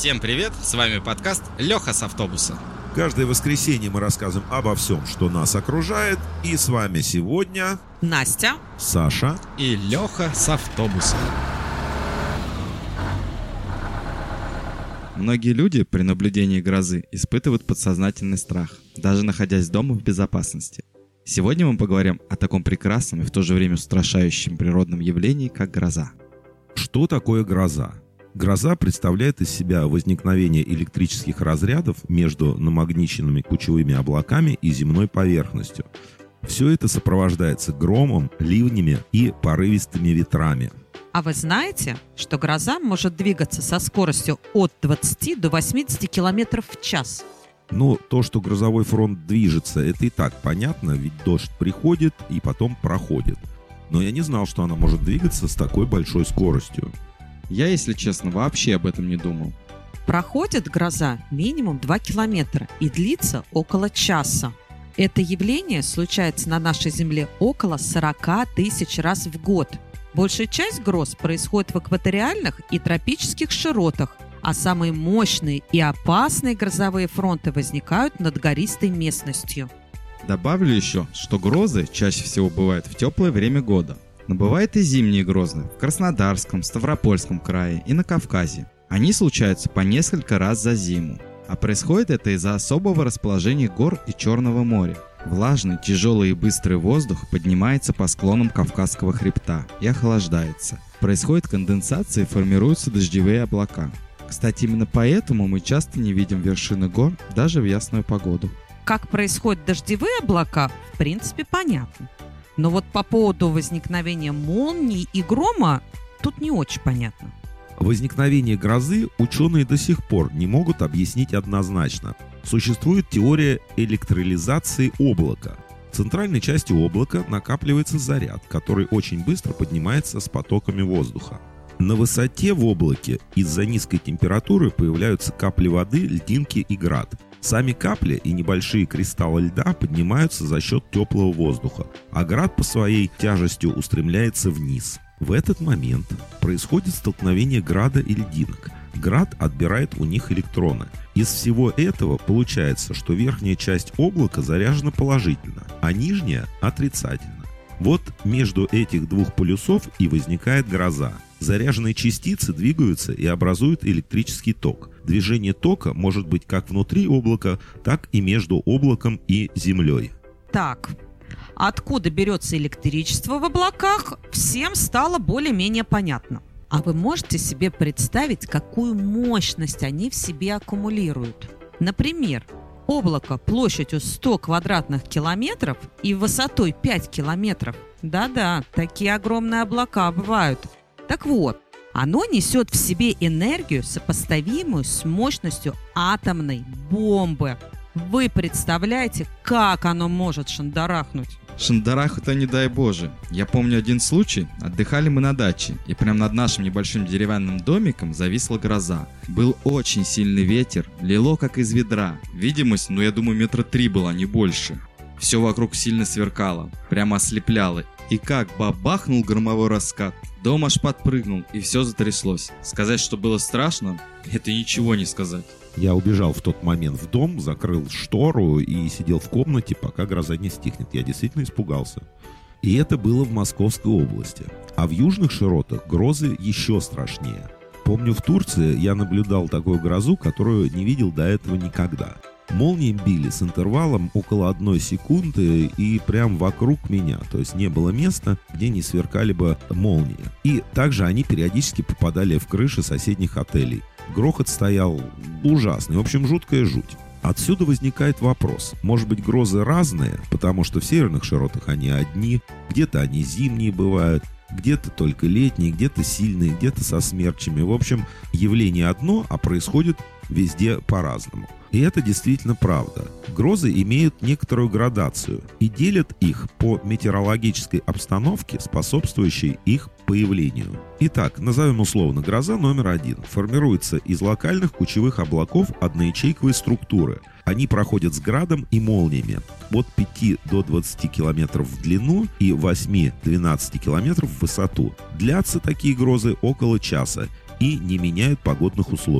Всем привет, с вами подкаст «Леха с автобуса». Каждое воскресенье мы рассказываем обо всем, что нас окружает. И с вами сегодня Настя, Саша и Леха с автобуса. Многие люди при наблюдении грозы испытывают подсознательный страх, даже находясь дома в безопасности. Сегодня мы поговорим о таком прекрасном и в то же время устрашающем природном явлении, как гроза. Что такое гроза? Гроза представляет из себя возникновение электрических разрядов между намагниченными кучевыми облаками и земной поверхностью. Все это сопровождается громом, ливнями и порывистыми ветрами. а вы знаете, что гроза может двигаться со скоростью от 20 до 80 км в час? Но то, что грозовой фронт движется, это и так понятно, ведь дождь приходит и потом проходит. Но я не знал, что она может двигаться с такой большой скоростью. Я, если честно, вообще об этом не думал. Проходит гроза минимум 2 километра и длится около часа. Это явление случается на нашей Земле около 40 тысяч раз в год. Большая часть гроз происходит в экваториальных и тропических широтах, а самые мощные и опасные грозовые фронты возникают над гористой местностью. Добавлю еще, что грозы чаще всего бывают в теплое время года. Но бывают и зимние грозы в Краснодарском, Ставропольском крае и на Кавказе. Они случаются по несколько раз за зиму. А происходит это из-за особого расположения гор и Черного моря. Влажный, тяжелый и быстрый воздух поднимается по склонам Кавказского хребта и охлаждается. Происходит конденсация и формируются дождевые облака. Кстати, именно поэтому мы часто не видим вершины гор даже в ясную погоду. Как происходят дождевые облака, в принципе, понятно. Но вот по поводу возникновения молний и грома тут не очень понятно. Возникновение грозы ученые до сих пор не могут объяснить однозначно. Существует теория электролизации облака. В центральной части облака накапливается заряд, который очень быстро поднимается с потоками воздуха. На высоте в облаке из-за низкой температуры появляются капли воды, льдинки и град. Сами капли и небольшие кристаллы льда поднимаются за счет теплого воздуха, а град по своей тяжести устремляется вниз. В этот момент происходит столкновение града и льдинок. Град отбирает у них электроны. Из всего этого получается, что верхняя часть облака заряжена положительно, а нижняя – отрицательно. Вот между этих двух полюсов и возникает гроза. Заряженные частицы двигаются и образуют электрический ток. Движение тока может быть как внутри облака, так и между облаком и землей. Так, откуда берется электричество в облаках, всем стало более-менее понятно. А вы можете себе представить, какую мощность они в себе аккумулируют? Например, облако площадью 100 квадратных километров и высотой 5 километров. Да-да, такие огромные облака бывают. Так вот, оно несет в себе энергию, сопоставимую с мощностью атомной бомбы. Вы представляете, как оно может шандарахнуть? Шандараху-то не дай боже. Я помню один случай. Отдыхали мы на даче, и прямо над нашим небольшим деревянным домиком зависла гроза. Был очень сильный ветер, лило как из ведра. Видимость, я думаю, 3 метра была, не больше. Все вокруг сильно сверкало, прямо ослепляло. И как бабахнул громовой раскат. Дом аж подпрыгнул, и все затряслось. Сказать, что было страшно, это ничего не сказать. Я убежал в тот момент в дом, закрыл штору и сидел в комнате, пока гроза не стихнет. Я действительно испугался. И это было в Московской области. А в южных широтах грозы еще страшнее. Помню, в Турции я наблюдал такую грозу, которую не видел до этого никогда. Молнии били с интервалом около 1 секунды и прям вокруг меня. То есть не было места, где не сверкали бы молнии. И также они периодически попадали в крыши соседних отелей. Грохот стоял ужасный. В общем, жуткая жуть. Отсюда возникает вопрос. Может быть, грозы разные, потому что в северных широтах они одни, где-то они зимние бывают, где-то только летние, где-то сильные, где-то со смерчами. В общем, явление одно, а происходит везде по-разному. И это действительно правда. Грозы имеют некоторую градацию и делят их по метеорологической обстановке, способствующей их появлению. Итак, назовем условно гроза номер 1. Формируется из локальных кучевых облаков одноячейковой структуры. Они проходят с градом и молниями от 5 до 20 километров в длину и 8-12 километров в высоту. Длятся такие грозы около часа и не меняют погодных условий.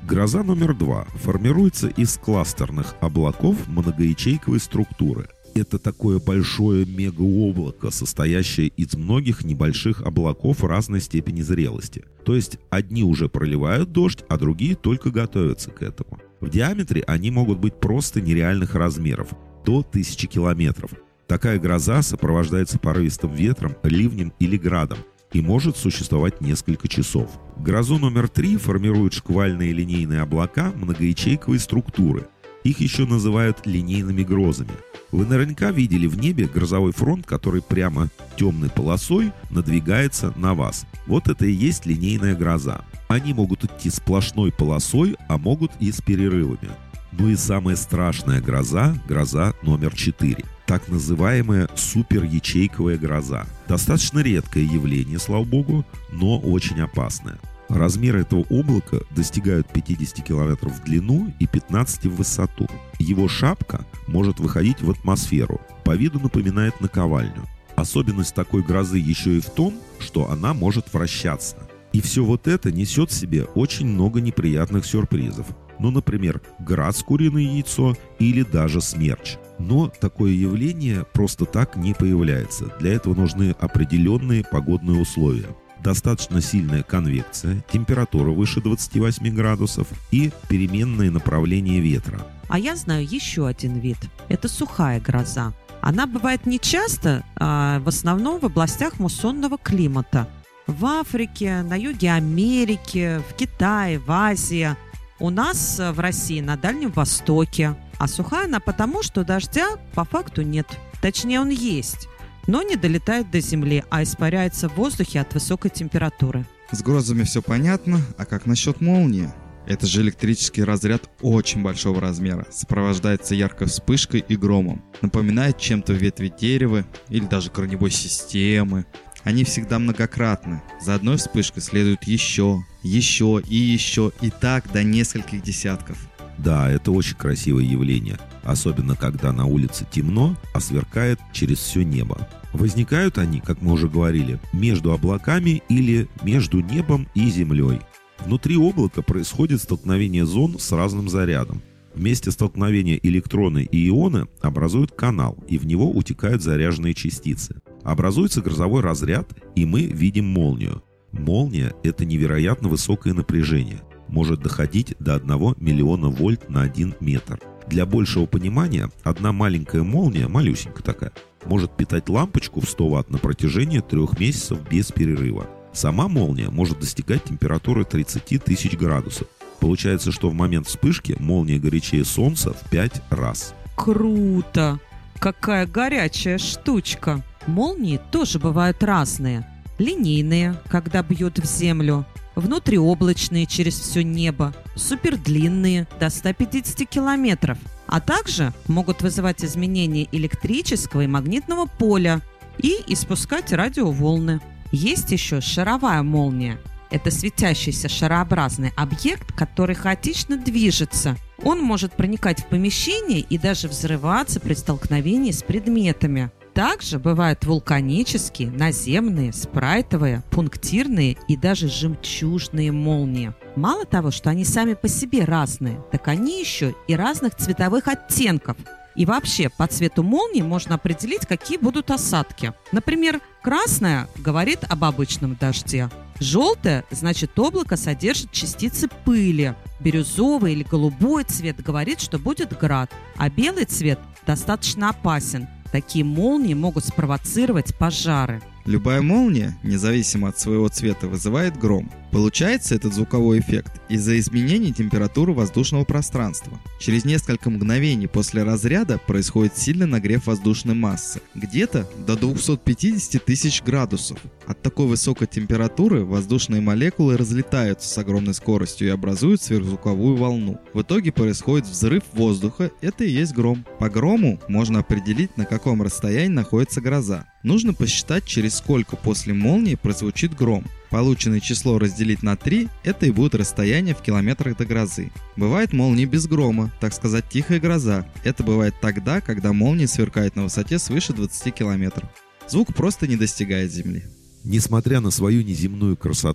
Гроза номер 2 формируется из кластерных облаков многоячейковой структуры. Это такое большое мегаоблако, состоящее из многих небольших облаков разной степени зрелости. То есть одни уже проливают дождь, а другие только готовятся к этому. В диаметре они могут быть просто нереальных размеров, до 1000 километров. Такая гроза сопровождается порывистым ветром, ливнем или градом и может существовать несколько часов. Грозу номер 3 формируют шквальные линейные облака многоячейковой структуры. Их еще называют линейными грозами. Вы наверняка видели в небе грозовой фронт, который прямо темной полосой надвигается на вас. Вот это и есть линейная гроза. Они могут идти сплошной полосой, а могут и с перерывами. Ну и самая страшная гроза – гроза номер 4. Так называемая суперячейковая гроза. Достаточно редкое явление, слава богу, но очень опасное. Размеры этого облака достигают 50 км в длину и 15 в высоту. Его шапка может выходить в атмосферу. По виду напоминает наковальню. Особенность такой грозы еще и в том, что она может вращаться. И все вот это несет в себе очень много неприятных сюрпризов. Ну, например, град с куриное яйцо или даже смерч. Но такое явление просто так не появляется. Для этого нужны определенные погодные условия. Достаточно сильная конвекция, температура выше 28 градусов и переменное направление ветра. А я знаю еще один вид. Это сухая гроза. Она бывает нечасто, а в основном в областях муссонного климата. В Африке, на юге Америки, в Китае, в Азии. У нас в России на Дальнем Востоке. А сухая она потому, что дождя по факту нет. Точнее, он есть, но не долетает до земли, а испаряется в воздухе от высокой температуры. С грозами все понятно, а как насчет молнии? Это же электрический разряд очень большого размера, сопровождается яркой вспышкой и громом. Напоминает чем-то ветви дерева или даже корневой системы. Они всегда многократны. За одной вспышкой следует еще, и так до нескольких десятков. Да, это очень красивое явление, особенно когда на улице темно, а сверкает через все небо. Возникают они, как мы уже говорили, между облаками или между небом и землей. Внутри облака происходит столкновение зон с разным зарядом. В месте столкновения электроны и ионы образуют канал, и в него утекают заряженные частицы. Образуется грозовой разряд, и мы видим молнию. Молния – это невероятно высокое напряжение. Может доходить до 1 миллиона вольт на 1 метр. Для большего понимания, одна маленькая молния, малюсенькая такая, может питать лампочку в 100 Вт на протяжении 3 месяцев без перерыва. Сама молния может достигать температуры 30 тысяч градусов. Получается, что в момент вспышки молния горячее Солнца в 5 раз. Круто! Какая горячая штучка! Молнии тоже бывают разные. Линейные, когда бьют в землю. Внутриоблачные через все небо, супердлинные до 150 километров, а также могут вызывать изменения электрического и магнитного поля и испускать радиоволны. Есть еще шаровая молния. Это светящийся шарообразный объект, который хаотично движется. Он может проникать в помещение и даже взрываться при столкновении с предметами. Также бывают вулканические, наземные, спрайтовые, пунктирные и даже жемчужные молнии. Мало того, что они сами по себе разные, так они еще и разных цветовых оттенков. И вообще, по цвету молнии можно определить, какие будут осадки. Например, красная говорит об обычном дожде. Желтое, значит, облако содержит частицы пыли. Бирюзовый или голубой цвет говорит, что будет град. А белый цвет достаточно опасен. Такие молнии могут спровоцировать пожары. Любая молния, независимо от своего цвета, вызывает гром. Получается этот звуковой эффект из-за изменения температуры воздушного пространства. Через несколько мгновений после разряда происходит сильный нагрев воздушной массы, где-то до 250 тысяч градусов. От такой высокой температуры воздушные молекулы разлетаются с огромной скоростью и образуют сверхзвуковую волну. В итоге происходит взрыв воздуха, это и есть гром. По грому можно определить, на каком расстоянии находится гроза. Нужно посчитать, через сколько после молнии прозвучит гром. Полученное число разделить на 3, это и будет расстояние в километрах до грозы. Бывает молния без грома, так сказать, тихая гроза. Это бывает тогда, когда молния сверкает на высоте свыше 20 километров. Звук просто не достигает земли. Несмотря на свою неземную красоту,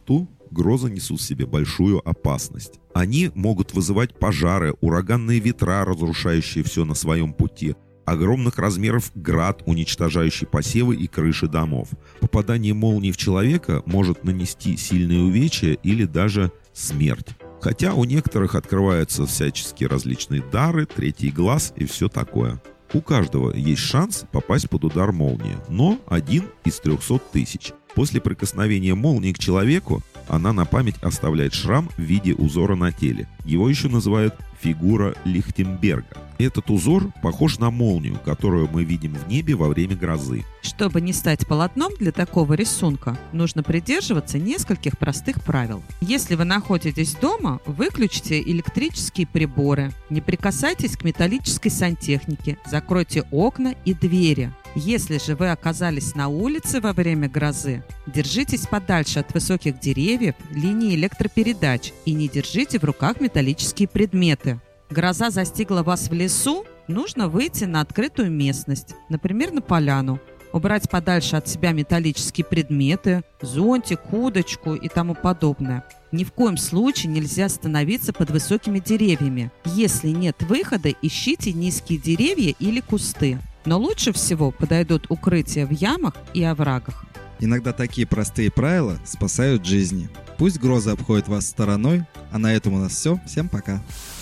грозы несут в себе большую опасность. Они могут вызывать пожары, ураганные ветра, разрушающие все на своем пути, огромных размеров град, уничтожающий посевы и крыши домов. Попадание молнии в человека может нанести сильные увечья или даже смерть. Хотя у некоторых открываются всяческие различные дары, третий глаз и все такое. У каждого есть шанс попасть под удар молнии, но 1 из 300 тысяч. После прикосновения молнии к человеку она на память оставляет шрам в виде узора на теле. Его еще называют фигура Лихтенберга. Этот узор похож на молнию, которую мы видим в небе во время грозы. Чтобы не стать полотном для такого рисунка, нужно придерживаться нескольких простых правил. Если вы находитесь дома, выключите электрические приборы, не прикасайтесь к металлической сантехнике, закройте окна и двери. Если же вы оказались на улице во время грозы, держитесь подальше от высоких деревьев, линий электропередач и не держите в руках металлические предметы. Гроза застигла вас в лесу, нужно выйти на открытую местность, например, на поляну, убрать подальше от себя металлические предметы, зонтик, удочку и тому подобное. Ни в коем случае нельзя становиться под высокими деревьями. Если нет выхода, ищите низкие деревья или кусты. Но лучше всего подойдут укрытия в ямах и оврагах. Иногда такие простые правила спасают жизни. Пусть грозы обходят вас стороной, а на этом у нас все. Всем пока.